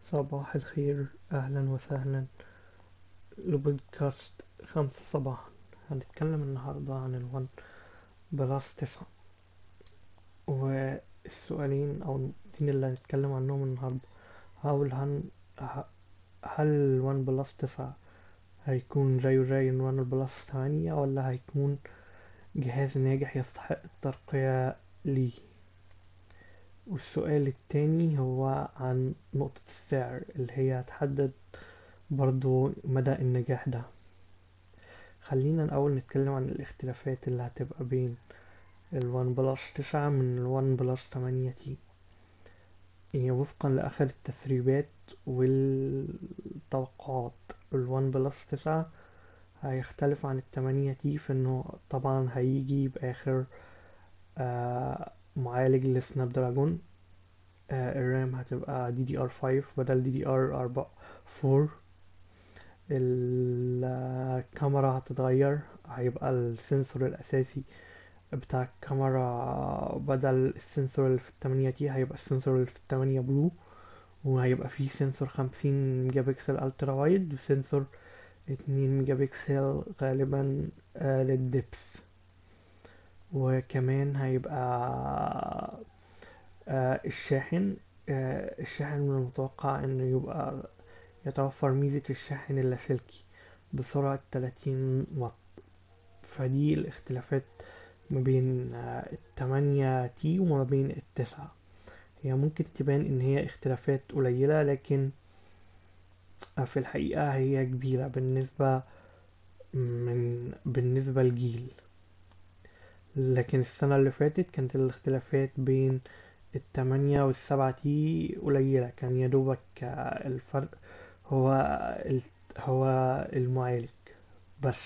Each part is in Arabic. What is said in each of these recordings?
صباح الخير، أهلا وسهلا لبودكاست 5 صباحا. هنتكلم النهاردة عن الون بلس 9، والسؤالين أو النقطتين اللي هنتكلم عنهم النهاردة هقول ه- هل الون بلس 9 هيكون زي الون بلس 8، ولا هيكون جهاز ناجح يستحق الترقية ليه؟ والسؤال التاني هو عن نقطة السعر اللي هي هتحدد برضو مدى النجاح ده. خلينا الأول نتكلم عن الاختلافات اللي هتبقى بين الون بلس 9 من الون بلس 8 تي. يعني وفقا لآخر التسريبات والتوقعات، الون بلس 9 هيختلف عن التمانية تي في انه طبعا هيجي بآخر معالج لسناب دراجون. الرام هتبقى دي دي ار 5 بدل دي دي ار 4. الكاميرا هتتغير، هيبقى السنسور الأساسي بتاع الكاميرا بدل السنسور اللي في التمانية تي هيبقى السنسور اللي في التمانية برو، وهيبقى فيه سنسور 50 ميجا بكسل الترا وايد وسنسور 2 ميجا بكسل غالبا للدبس. وكمان هيبقى الشاحن من المتوقع انه يبقى يتوفر ميزة الشاحن اللاسلكي بسرعة 30 واط. فدي الاختلافات ما بين التمانية تي وما بين التسعة. هي ممكن تبان ان هي اختلافات قليلة، لكن في الحقيقة هي كبيرة بالنسبة لجيل. لكن السنة اللي فاتت كانت الاختلافات بين التمانية والسبعة تي قليلة، كان يدوبك الفرق هو ال- هو المعالج بس.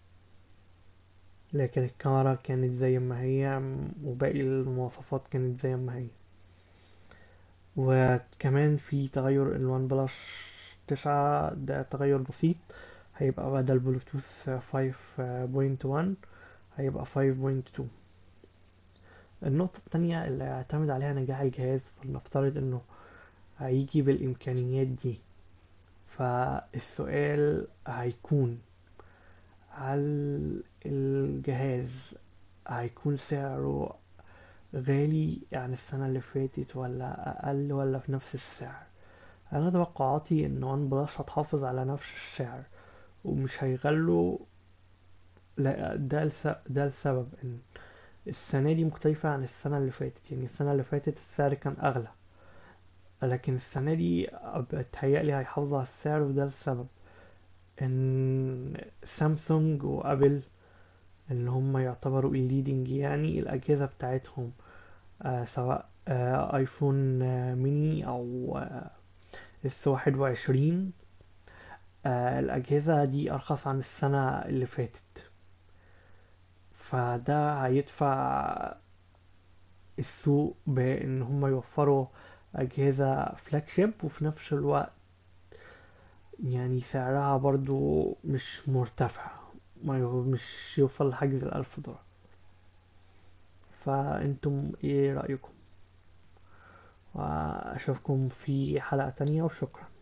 لكن الكاميرا كانت زي ما هي، وباقي المواصفات كانت زي ما هي. وكمان في تغير الون بلس 9 ده تغير بسيط، هيبقى بدل بلوتوث 5.1 هيبقى 5.2. النقطة التانية اللي هيعتمد عليها نجاح الجهاز، فلنفترض انه هيجي بالامكانيات دي، فالسؤال هيكون هل الجهاز هيكون سعره غالي عن السنة اللي فاتت، ولا أقل، ولا في نفس السعر؟ أنا توقعاتي إن ون بلس هتحافظ على نفس السعر ومش هيغلوا. لا، ده لسبب إن السنة دي مختلفة عن السنة اللي فاتت. يعني السنة اللي فاتت السعر كان أغلى، لكن السنة دي بتهيألي هيحافظوا على السعر، وده لسبب إن سامسونج وأبل اللي هم يعتبروا الليدنج، يعني الأجهزة بتاعتهم سواء ايفون ميني او اس 21، الأجهزة دي أرخص عن السنة اللي فاتت. فده هيدفع السوق بإن هم يوفروا أجهزة فلاج شيب، وفي نفس الوقت يعني سعرها برضو مش مرتفع، مش يوصل لحجز $1000. فأنتم إيه رأيكم؟ وأشوفكم في حلقة تانية، وشكرا.